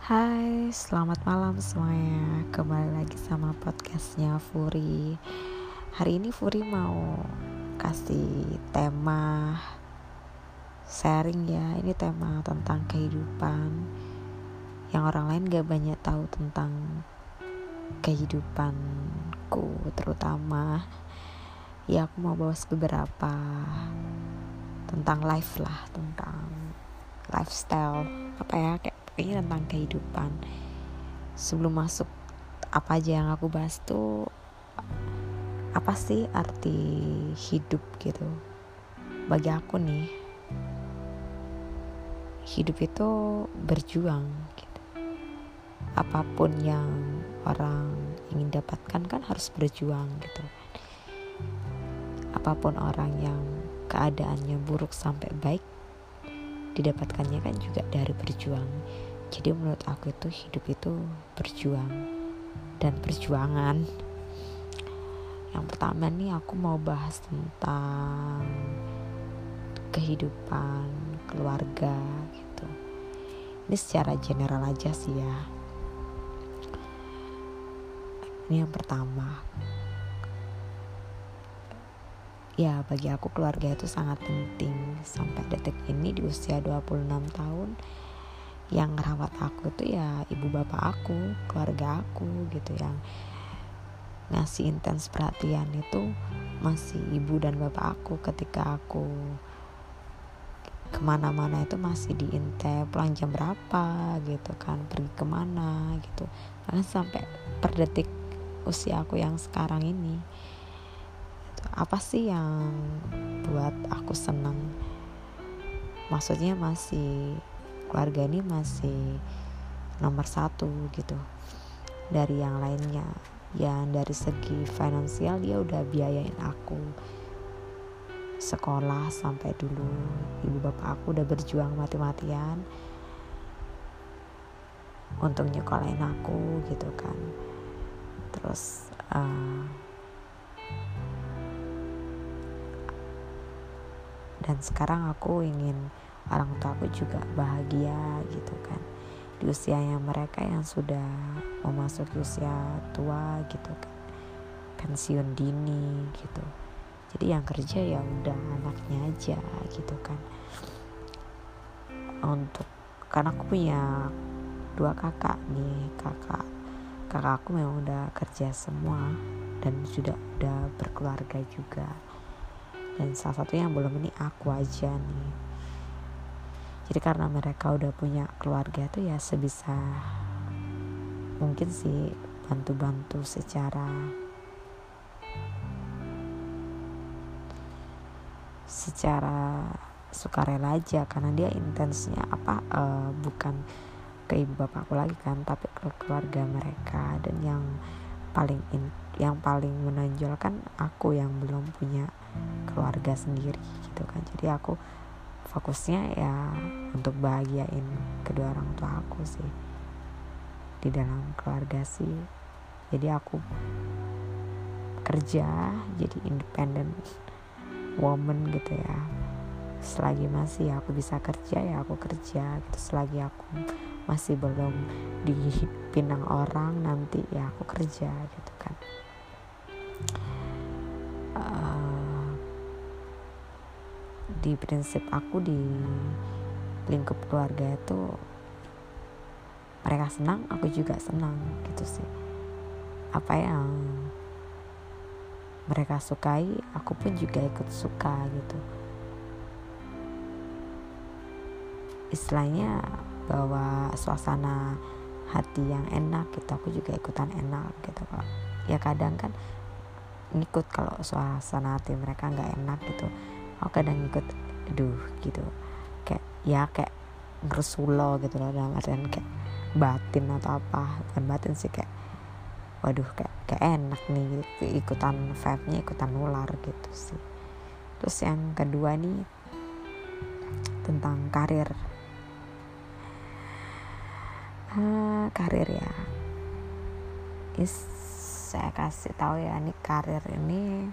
Hai, selamat malam semuanya. Kembali lagi sama podcastnya Furi. Hari ini Furi mau kasih tema sharing ya. Ini tema tentang kehidupan yang orang lain gak banyak tahu tentang kehidupanku. Terutama ya aku mau bahas beberapa tentang life lah, tentang lifestyle, kayaknya tentang kehidupan. Sebelum masuk apa aja yang aku bahas tuh, apa sih arti hidup gitu. Bagi aku nih, hidup itu berjuang gitu. Apapun yang orang ingin dapatkan kan harus berjuang gitu. Apapun orang yang keadaannya buruk sampai baik, didapatkannya kan juga dari berjuang. Jadi menurut aku itu hidup itu berjuang dan perjuangan. Yang pertama nih aku mau bahas tentang kehidupan keluarga gitu. Ini secara general aja sih ya. Ini yang pertama. Ya bagi aku keluarga itu sangat penting. Sampai detik ini di usia 26 tahun, yang ngerawat aku tuh ya ibu bapak aku, keluarga aku gitu. Yang ngasih intens perhatian itu masih ibu dan bapak aku. Ketika aku kemana-mana itu masih diintep pulang jam berapa gitu kan, pergi kemana gitu. Bahkan sampai per detik usia aku yang sekarang ini, apa sih yang buat aku senang? Maksudnya keluarga ini masih nomor satu gitu dari yang lainnya. Ya dari segi finansial dia udah biayain aku sekolah sampai dulu. Ibu bapak aku udah berjuang mati-matian untuk nyekolahin aku gitu kan. Terus dan sekarang aku ingin orang tua aku juga bahagia gitu kan, di usianya mereka yang sudah memasuki usia tua gitu kan, pensiun dini gitu. Jadi yang kerja ya udah anaknya aja gitu kan. Karena aku punya 2 kakak nih, kakak aku memang udah kerja semua dan udah berkeluarga juga. Dan salah satu yang belum ini aku aja nih. Jadi karena mereka udah punya keluarga tuh ya sebisa mungkin sih bantu-bantu secara sukarela aja, karena dia intensnya bukan ke ibu bapakku lagi kan, tapi ke keluarga mereka. Dan yang paling menonjolkan aku yang belum punya keluarga sendiri gitu kan. Jadi aku fokusnya ya untuk bahagiain kedua orang tua aku sih di dalam keluarga sih. Jadi aku kerja jadi independent woman gitu ya. Selagi masih aku bisa kerja ya aku kerja gitu. Selagi aku masih belum dipinang orang nanti ya aku kerja gitu kan. Di prinsip aku di lingkup keluarga itu mereka senang, aku juga senang gitu sih. Apa yang mereka sukai, aku pun juga ikut suka gitu. Istilahnya bawa suasana hati yang enak gitu, aku juga ikutan enak gitu. Ya kadang kan ngikut kalau suasana hati mereka nggak enak gitu, aku kadang ngikut gitu, kayak ngeresulo gitu loh, dalam artian kayak batin atau apa, bukan batin sih, kayak kayak enak nih gitu, ikutan vibe-nya, ikutan nular gitu sih. Terus yang kedua nih tentang karir ya. Saya kasih tahu ya, nih karir ini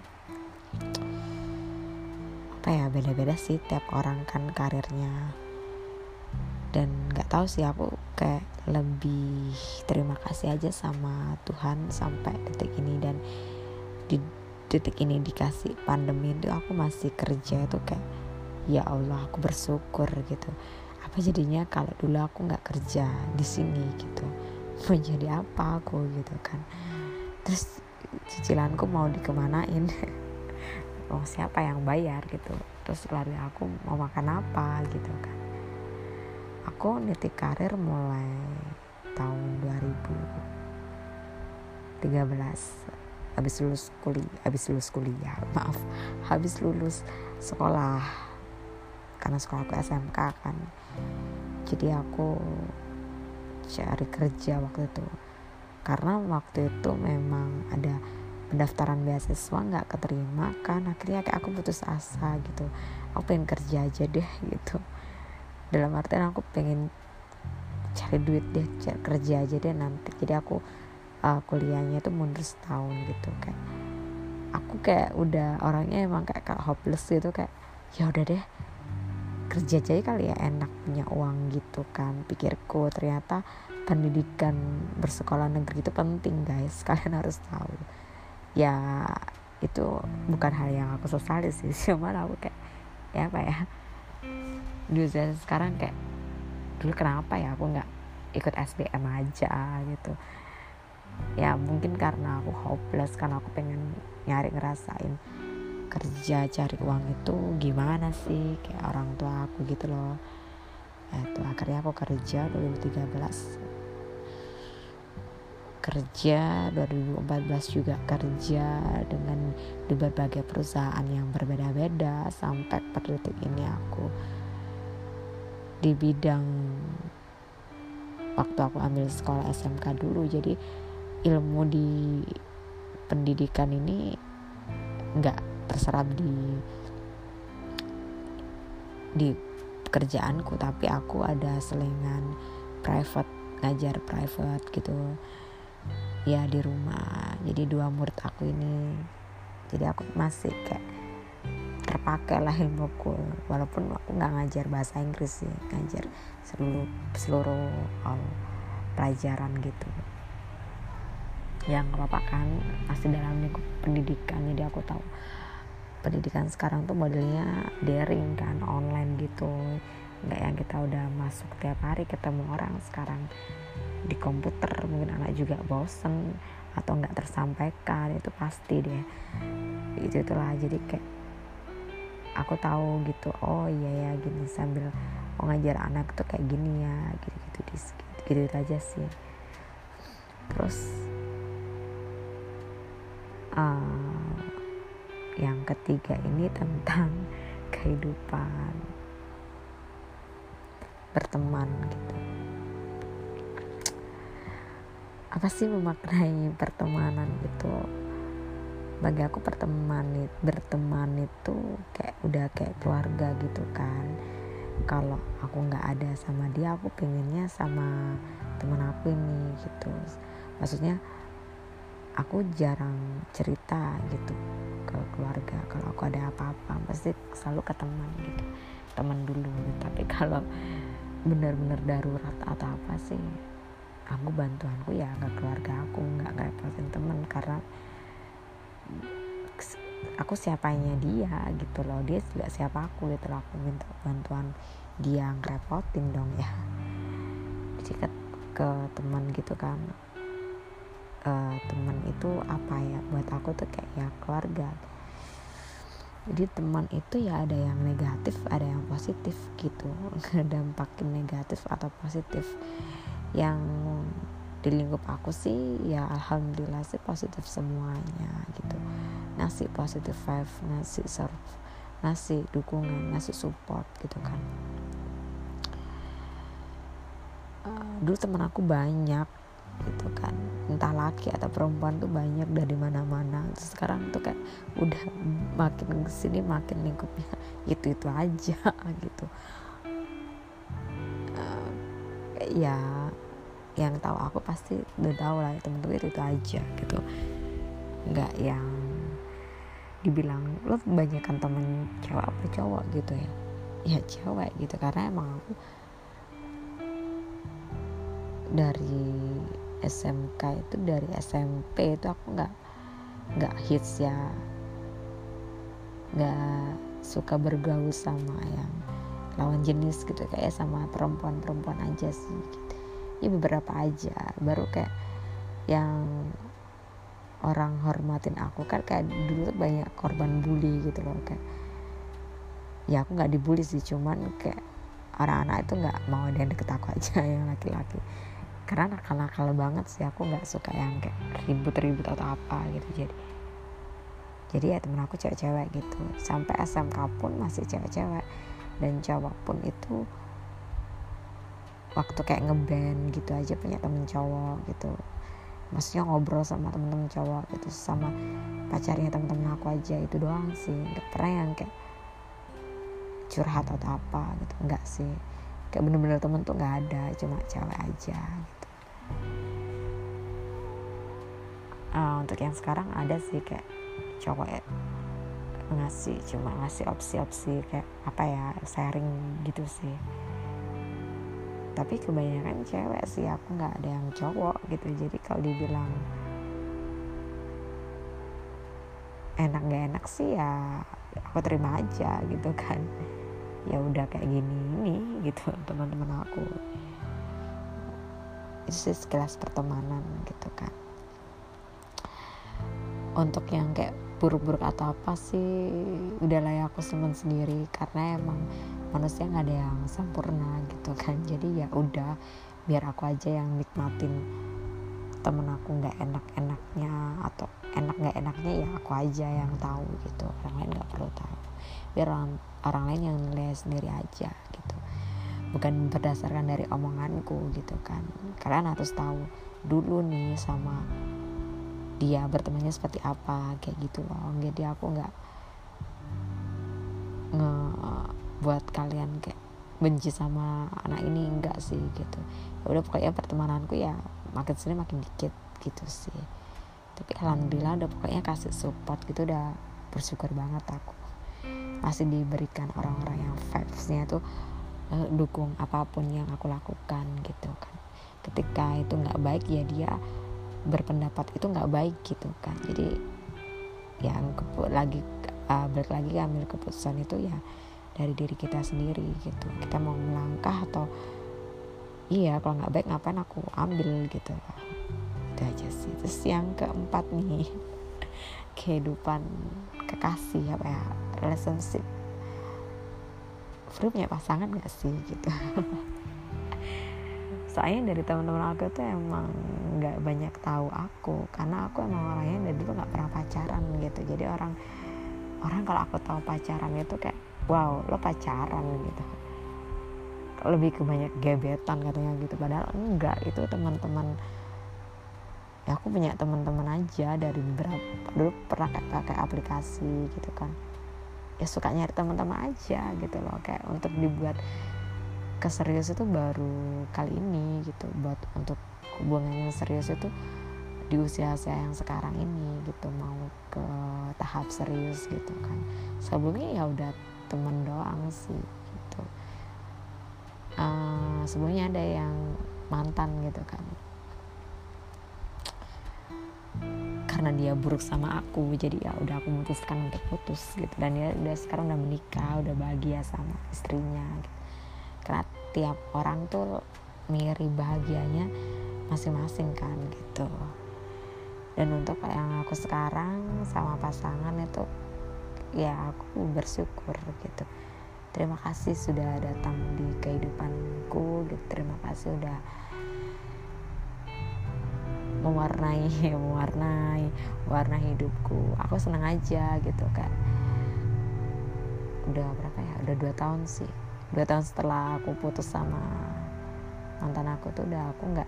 beda-beda sih tiap orang kan karirnya. Dan nggak tahu sih, aku kayak lebih terima kasih aja sama Tuhan sampai detik ini. Dan di detik ini dikasih pandemi itu aku masih kerja, itu kayak ya Allah aku bersyukur gitu. Apa jadinya kalau dulu aku nggak kerja di sini gitu, mau jadi apa aku gitu kan. Terus cicilanku mau dikemanain oh siapa yang bayar gitu. Terus keluarga aku mau makan apa gitu kan. Aku niti karir mulai tahun 2013 habis lulus sekolah, karena sekolah aku SMK kan. Jadi aku cari kerja waktu itu, karena waktu itu memang ada pendaftaran beasiswa nggak keterima kan. Akhirnya kayak aku putus asa gitu, aku pengen kerja aja deh gitu. Dalam artian aku pengen cari duit deh, cari kerja aja deh nanti. Jadi aku kuliahnya tuh mundur setahun gitu. Kayak aku kayak udah orangnya emang kayak hopeless gitu, kayak ya udah deh kerja aja kali ya, enak punya uang gitu kan pikirku. Ternyata pendidikan bersekolah negeri itu penting guys, kalian harus tahu ya. Itu bukan hal yang aku sesali sih, cuman aku kayak ya apa ya, di usia sekarang kayak dulu kenapa ya aku nggak ikut SBM aja gitu ya. Mungkin karena aku hopeless, karena aku pengen ngerasain kerja cari uang itu gimana sih kayak orang tua aku gitu loh. Itu akhirnya aku kerja 2013, kerja 2014 juga kerja dengan di berbagai perusahaan yang berbeda-beda sampai per detik ini aku di bidang, waktu aku ambil sekolah SMK dulu, jadi ilmu di pendidikan ini nggak terserap di pekerjaanku, tapi aku ada selingan private, ngajar private gitu ya di rumah. Jadi 2 murid aku ini, jadi aku masih kayak terpakai lah ilmuku, walaupun aku nggak ngajar bahasa Inggris sih, ngajar seluruh pelajaran gitu. Yang nggak apa-apa kan, masih dalam lingkup pendidikan. Jadi aku tahu pendidikan sekarang tuh modelnya daring kan, online gitu, nggak yang kita udah masuk tiap hari ketemu orang. Sekarang di komputer mungkin anak juga bosen atau nggak tersampaikan, itu pasti deh itulah. Jadi kayak aku tahu gitu, oh iya ya gini, sambil ngajar anak tuh kayak gini ya, gitu aja sih. Terus yang ketiga ini tentang kehidupan berteman gitu. Apa sih memaknai pertemanan gitu? Bagi aku berteman itu kayak udah kayak keluarga gitu kan. Kalau aku nggak ada sama dia, aku pengennya sama teman aku ini gitu. Maksudnya aku jarang cerita gitu ke keluarga. Kalau aku ada apa-apa pasti selalu ke teman gitu, teman dulu. Tapi kalau benar-benar darurat atau apa sih, aku bantuanku ya ke keluarga aku, nggak ngerepotin teman. Karena aku siapanya dia gitu loh, dia juga siapa aku gitu loh. Aku minta bantuan dia ngerepotin dong ya. Jadi ke teman gitu kan. Teman itu apa ya, buat aku tuh kayak ya keluarga. Jadi teman itu ya ada yang negatif, ada yang positif gitu, dampakin negatif atau positif. Yang di lingkup aku sih ya alhamdulillah sih positif semuanya gitu. Ngasih positive vibe, ngasih dukungan, ngasih support gitu kan. Dulu teman aku banyak gitu kan, entah laki atau perempuan tuh banyak dari mana-mana. Terus sekarang tuh kayak udah makin kesini makin lingkupnya itu aja gitu. Ya yang tahu aku pasti udah tahu lah, temen-temen itu aja gitu. Nggak yang dibilang lo kebanyakan temen cewek apa cowok gitu ya cewek gitu. Karena emang aku dari SMK itu, dari SMP itu aku nggak hits ya, nggak suka bergaul sama yang lawan jenis gitu, kayak sama perempuan aja sih gitu. Ya beberapa aja, baru kayak yang orang hormatin aku kan kayak dulu tuh banyak korban bully gitu loh, kayak ya aku nggak dibully sih, cuman kayak anak-anak itu nggak mau ada yang deket aku aja yang laki-laki, karena nakal-nakal banget sih. Aku nggak suka yang kayak ribut-ribut atau apa gitu. Jadi ya temen aku cewek-cewek gitu, sampai SMK pun masih cewek-cewek, dan cowok pun itu waktu kayak ngeband gitu aja punya temen cowok gitu, maksudnya ngobrol sama temen-temen cowok gitu, sama pacarnya temen-temen aku aja, itu doang sih. Nggak pernah yang kayak curhat atau apa gitu, enggak sih. Kayak bener-bener temen tuh nggak ada, cuma cewek aja gitu. Untuk yang sekarang ada sih kayak cowok ya, cuma ngasih opsi-opsi kayak apa ya, sharing gitu sih. Tapi kebanyakan cewek sih, aku nggak ada yang cowok gitu. Jadi kalau dibilang enak gak enak sih ya aku terima aja gitu kan. Ya udah kayak gini nih gitu teman-teman aku. Itu sih sekilas pertemanan gitu kan. Untuk yang kayak buruk-buruk atau apa sih udah layak aku simpen sendiri, karena emang manusia nggak ada yang sempurna gitu kan. Jadi ya udah, biar aku aja yang nikmatin temen aku nggak enak-enaknya atau enak nggak enaknya, ya aku aja yang tahu gitu. Orang lain nggak perlu tahu, biar orang lain yang nilai sendiri aja gitu, bukan berdasarkan dari omonganku gitu kan. Kalian harus tahu dulu nih sama dia bertemannya seperti apa, kayak gitu loh. Jadi aku nggak buat kalian kayak benci sama anak ini, enggak sih gitu. Ya udah pokoknya pertemananku ya makin sini makin dikit gitu sih. Tapi alhamdulillah udah pokoknya kasih support gitu, udah bersyukur banget aku masih diberikan orang-orang yang vibes-nya tuh dukung apapun yang aku lakukan gitu kan. Ketika itu nggak baik ya dia berpendapat itu nggak baik gitu kan. Jadi yang balik lagi ambil keputusan itu ya dari diri kita sendiri gitu. Kita mau melangkah atau iya, kalau nggak baik ngapain aku ambil gitu. Itu aja sih. Terus yang keempat nih, kehidupan kekasih apa ya, relationship. Fru punya pasangan nggak sih gitu. Soalnya dari teman-teman aku tuh emang nggak banyak tahu aku, karena aku emang orangnya dari dulu nggak pernah pacaran gitu. Jadi orang kalau aku tahu pacaran itu kayak wow, lo pacaran gitu, lebih ke banyak gebetan katanya gitu. Padahal enggak, itu teman-teman ya, aku punya teman-teman aja dari beberapa, dulu pernah pakai aplikasi gitu kan. Ya suka nyari teman-teman aja gitu loh, kayak untuk dibuat keserius itu baru kali ini gitu. Buat untuk hubungan yang serius itu di usia saya yang sekarang ini gitu, mau ke tahap serius gitu kan. Sebelumnya ya udah temen doang sih gitu. Sebelumnya ada yang mantan gitu kan, karena dia buruk sama aku, jadi ya udah aku memutuskan untuk putus gitu. Dan dia udah sekarang udah menikah, udah bahagia sama istrinya gitu. Karena tiap orang tuh mirip bahagianya masing-masing kan gitu. Dan untuk yang aku sekarang sama pasangan itu ya aku bersyukur gitu. Terima kasih sudah datang di kehidupanku gitu. Terima kasih udah mewarnai warna hidupku. Aku senang aja gitu kan. Udah berapa ya? Udah 2 tahun sih. 2 tahun setelah aku putus sama mantan aku tuh udah aku nggak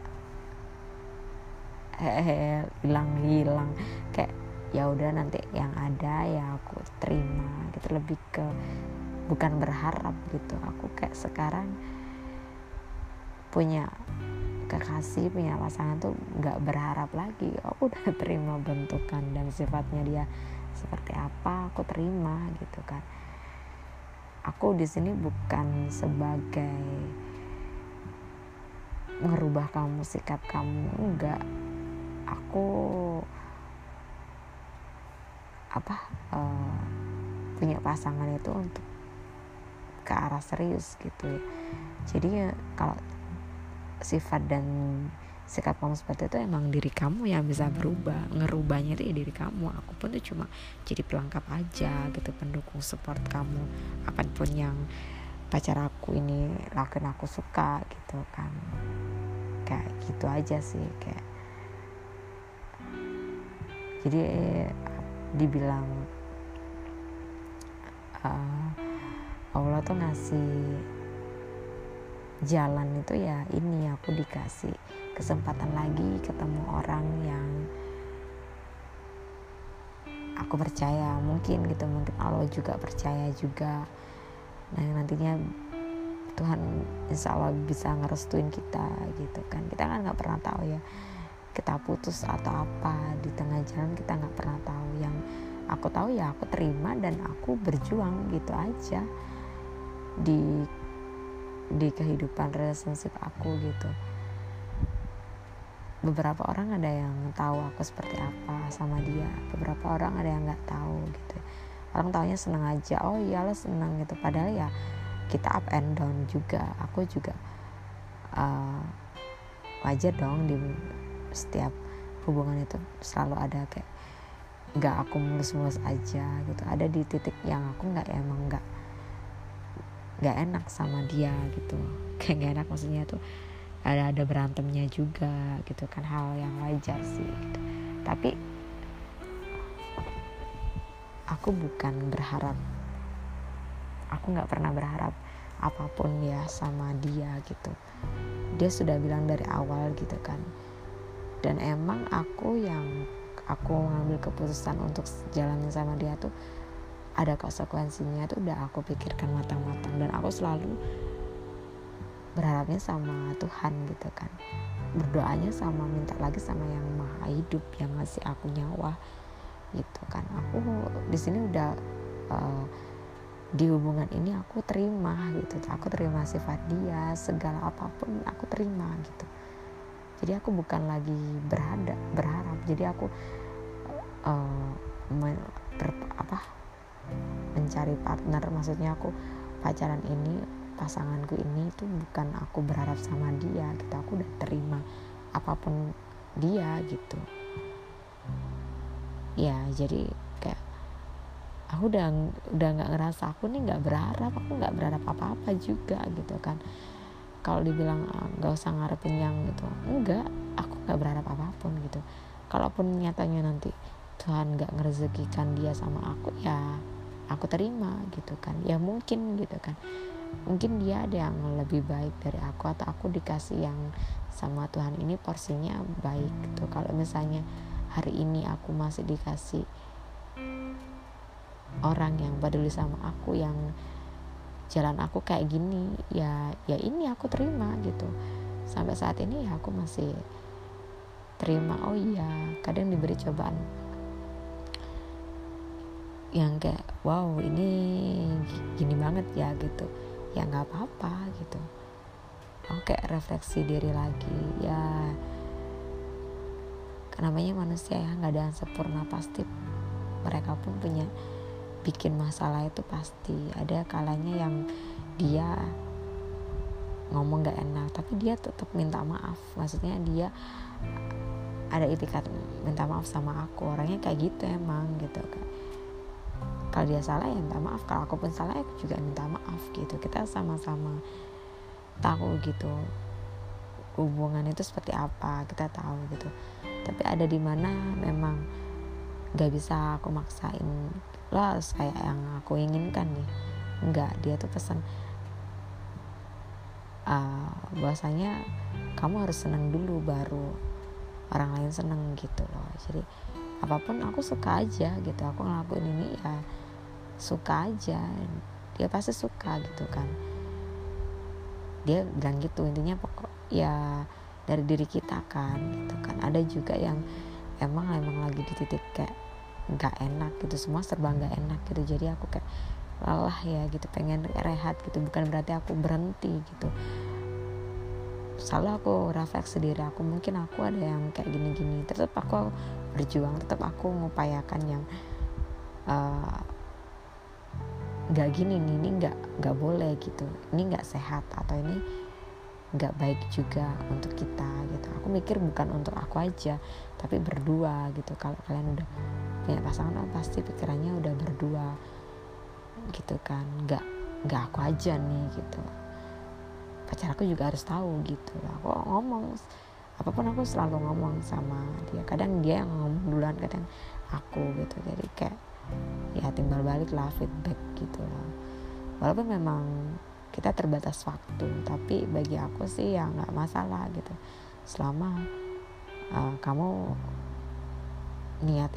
hilang kayak ya udah nanti yang ada ya aku terima gitu. Lebih ke bukan berharap gitu. Aku kayak sekarang punya kekasih, punya pasangan tuh nggak berharap lagi. Aku udah terima bentukan dan sifatnya dia seperti apa, aku terima gitu kan. Aku di sini bukan sebagai ngerubah kamu, sikap kamu, enggak. Aku punya pasangan itu untuk ke arah serius gitu. Jadi kalau sifat dan sikap kamu seperti itu emang diri kamu yang bisa berubah. Ngerubahnya itu ya diri kamu. Aku pun tuh cuma jadi pelengkap aja gitu, pendukung, support kamu apapun yang pacar aku ini lakuin aku suka gitu kan. Kayak gitu aja sih. Kayak jadi dibilang Allah tuh ngasih jalan itu ya ini, aku dikasih kesempatan lagi ketemu orang yang aku percaya, mungkin Allah juga percaya juga. Nah nantinya Tuhan insya Allah bisa ngerestuin kita gitu kan. Kita kan nggak pernah tahu ya, kita putus atau apa di tengah jalan, kita nggak pernah tahu. Yang aku tahu ya aku terima dan aku berjuang gitu aja di kehidupan relationship aku gitu. Beberapa orang ada yang tahu aku seperti apa sama dia, beberapa orang ada yang nggak tahu gitu. Orang taunya seneng aja, oh iya lo seneng gitu, padahal ya kita up and down juga. Aku juga wajar dong di setiap hubungan itu selalu ada kayak nggak aku mulus-mulus aja gitu. Ada di titik yang aku nggak enak sama dia gitu. Kayak nggak enak, maksudnya tuh ada berantemnya juga gitu kan, hal yang wajar sih gitu. Tapi aku nggak pernah berharap apapun ya sama dia gitu. Dia sudah bilang dari awal gitu kan. Dan emang aku ngambil keputusan untuk jalanin sama dia tuh ada konsekuensinya tuh udah aku pikirkan matang-matang. Dan aku selalu berharapnya sama Tuhan gitu kan, berdoanya minta lagi sama yang maha hidup yang ngasih aku nyawa gitu kan. Aku di sini udah di hubungan ini aku terima gitu, aku terima sifat dia, segala apapun aku terima gitu. Jadi aku bukan lagi berharap. Jadi aku mencari partner, maksudnya aku pacaran ini, pasanganku ini itu bukan aku berharap sama dia gitu. Aku udah terima apapun dia gitu ya. Jadi kayak aku udah nggak ngerasa aku nih nggak berharap apa-apa juga gitu kan. Kalau dibilang nggak usah ngarepin yang gitu, enggak, aku nggak berharap apapun gitu. Kalaupun nyatanya nanti Tuhan nggak ngerezekikan dia sama aku, ya aku terima gitu kan. Ya mungkin gitu kan, mungkin dia ada yang lebih baik dari aku, atau aku dikasih yang sama Tuhan ini porsinya baik gitu. Kalau misalnya hari ini aku masih dikasih orang yang peduli sama aku, yang jalan aku kayak gini, ya ini aku terima gitu. Sampai saat ini ya aku masih terima. Oh iya, kadang diberi cobaan yang kayak wow ini gini banget ya gitu, ya nggak apa-apa gitu. Oke, refleksi diri lagi ya, namanya manusia ya, nggak ada yang sempurna. Pasti mereka pun punya bikin masalah, itu pasti ada kalanya yang dia ngomong nggak enak tapi dia tetap minta maaf. Maksudnya dia ada itikat minta maaf sama aku, orangnya kayak gitu emang gitu kan. Kalau dia salah ya minta maaf, kalau aku pun salah aku juga minta maaf gitu. Kita sama-sama tahu gitu hubungan itu seperti apa, kita tahu gitu. Tapi ada di mana memang gak bisa aku maksain lo harus kayak yang aku inginkan nih. Enggak, dia tuh pesan bahwasanya kamu harus senang dulu baru orang lain senang gitu loh. Jadi apapun aku suka aja gitu, aku ngelakuin ini ya suka aja, dia pasti suka gitu kan. Dia bilang gitu, intinya pokok ya dari diri kita kan gitu kan. Ada juga yang emang lagi di titik kayak nggak enak gitu, semua serba nggak enak gitu. Jadi aku kayak lelah ya gitu, pengen rehat gitu. Bukan berarti aku berhenti gitu, selalu aku refleksi diri aku, mungkin aku ada yang kayak gini-gini, tetap aku berjuang, tetap aku ngupayakan yang nggak gini nih, ini nggak boleh gitu, ini nggak sehat, atau ini nggak baik juga untuk kita gitu. Aku mikir bukan untuk aku aja, tapi berdua gitu. Kalau kalian udah punya pasangan pasti pikirannya udah berdua gitu kan, nggak aku aja nih gitu. Pacar aku juga harus tahu gitu. Aku ngomong apapun, aku selalu ngomong sama dia, kadang dia yang ngomong duluan, kadang aku gitu. Jadi kayak ya timbal balik lah, feedback gitu lah. Walaupun memang kita terbatas waktu, tapi bagi aku sih ya nggak masalah gitu, selama kamu niat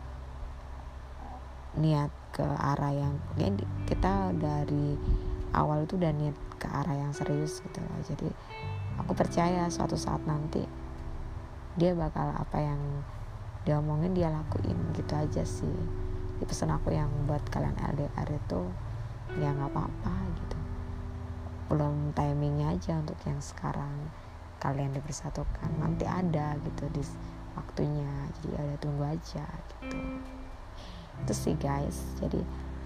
ke arah yang kita dari awal itu udah niat ke arah yang serius gitu loh. Jadi aku percaya suatu saat nanti dia bakal apa yang dia omongin dia lakuin gitu aja sih. Itu pesan aku yang buat kalian LDR itu, ya nggak apa-apa gitu, belum timingnya aja untuk yang sekarang kalian dipersatukan, nanti ada gitu di waktunya, jadi ada tunggu aja gitu. Itu sih guys. Jadi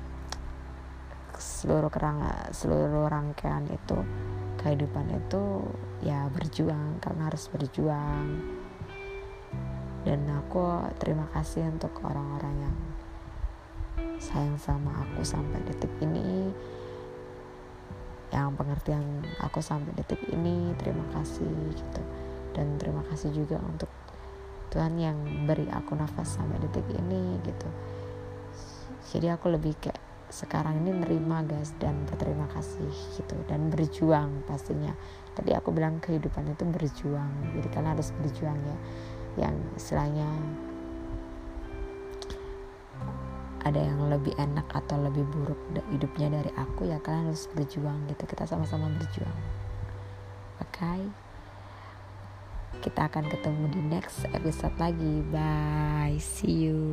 seluruh rangkaian itu, kehidupan itu ya berjuang, karena harus berjuang. Dan aku terima kasih untuk orang-orang yang sayang sama aku sampai detik ini, yang pengertian aku sampai detik ini, terima kasih gitu. Dan terima kasih juga untuk Tuhan yang beri aku nafas sampai detik ini gitu. Jadi aku lebih kayak sekarang ini nerima guys, dan berterima kasih gitu, dan berjuang pastinya. Tadi aku bilang kehidupan itu berjuang, jadi kalian harus berjuang ya. Yang istilahnya ada yang lebih enak atau lebih buruk hidupnya dari aku, ya kalian harus berjuang gitu. Kita sama-sama berjuang. Okay? Kita akan ketemu di next episode lagi. Bye, see you.